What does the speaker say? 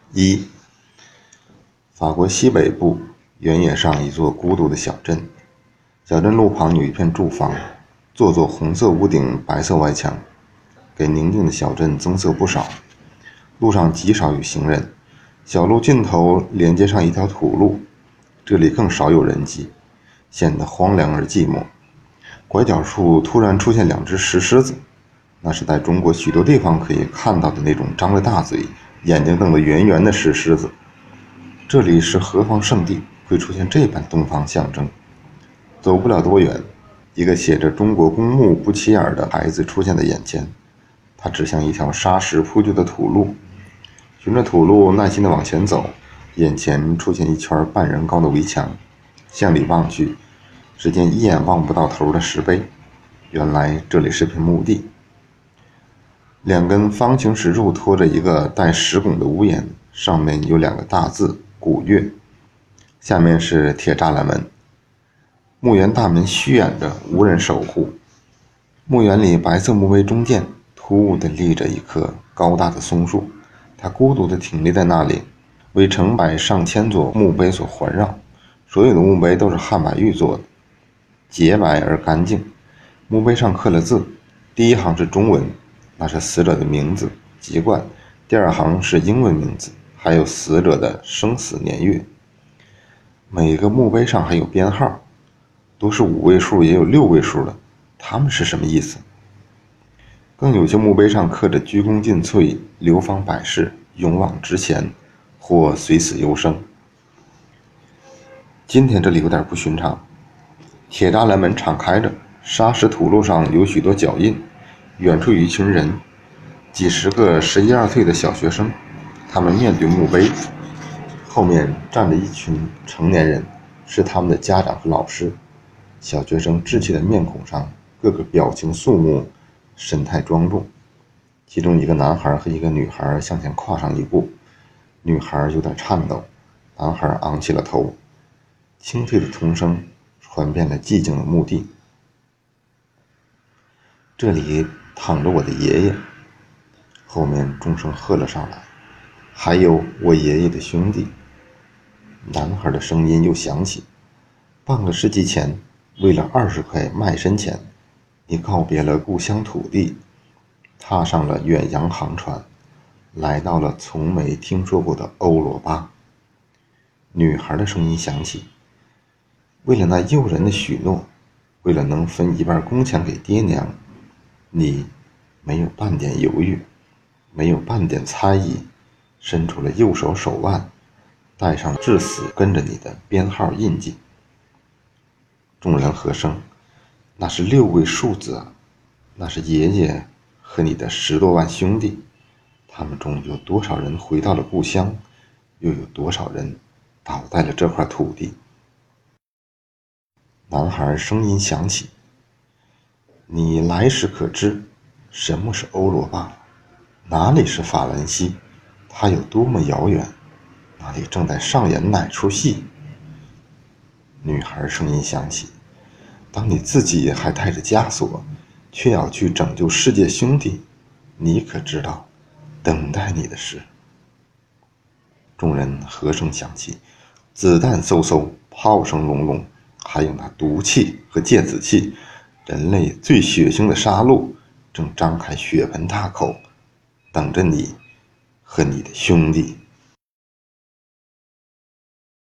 一，法国西北部原野上一座孤独的小镇，小镇路旁有一片住房，座座红色屋顶，白色外墙，给宁静的小镇增色不少。路上极少有行人，小路尽头连接上一条土路，这里更少有人迹，显得荒凉而寂寞。拐角处突然出现2只石狮子，那是在中国许多地方可以看到的那种张着大嘴、眼睛瞪得圆圆的石狮子。这里是何方圣地，会出现这般东方象征？走不了多远，一个写着中国公墓不起眼的牌子出现在眼前，它指向一条沙石铺就的土路。循着土路耐心地往前走，眼前出现一圈半人高的围墙，向里望去，只见一眼望不到头的石碑，原来这里是片墓地。2根方形石柱托着一个带石拱的屋檐，上面有2个大字古月，下面是铁栅栏门。墓园大门虚掩着，无人守护。墓园里白色墓碑中间突兀地立着一棵高大的松树，它孤独地挺立在那里，为成百上千座墓碑所环绕。所有的墓碑都是汉白玉做的，洁白而干净。墓碑上刻了字，第1行是中文，那是死者的名字籍贯，第2行是英文名字，还有死者的生死年月。每个墓碑上还有编号，都是5位数也有6位数的，他们是什么意思？更有些墓碑上刻着鞠躬尽瘁，流芳百世，勇往直前，或虽死犹生。今天这里有点不寻常，铁栅栏门敞开着，沙石土路上有许多脚印，远处有一群人，几十个11、12岁的小学生，他们面对墓碑，后面站着一群成年人，是他们的家长和老师。小学生稚气的面孔上，个个表情肃穆，神态庄重。其中一个男孩和一个女孩向前跨上一步，女孩有点颤抖，男孩昂起了头。清脆的童声传遍了寂静的墓地。这里躺着我的爷爷。后面钟声喝了上来，还有我爷爷的兄弟。男孩的声音又响起，半个世纪前，为了20块卖身钱，你告别了故乡土地，踏上了远洋航船，来到了从没听说过的欧罗巴。女孩的声音响起，为了那诱人的许诺，为了能分一半工钱给爹娘，你没有半点犹豫，没有半点猜疑，伸出了右手手腕，带上至死跟着你的编号印记。众人和声，那是6位数字啊，那是爷爷和你的10多万兄弟。他们中有多少人回到了故乡，又有多少人倒在了这块土地？男孩声音响起，你来时可知什么是欧罗巴，哪里是法兰西，它有多么遥远，那里正在上演哪出戏？女孩声音响起，当你自己还带着枷锁，却要去拯救世界兄弟，你可知道等待你的事？众人和声响起，子弹嗖嗖，炮声隆隆，还有那毒气和芥子气，人类最血腥的杀戮正张开血盆大口，等着你和你的兄弟。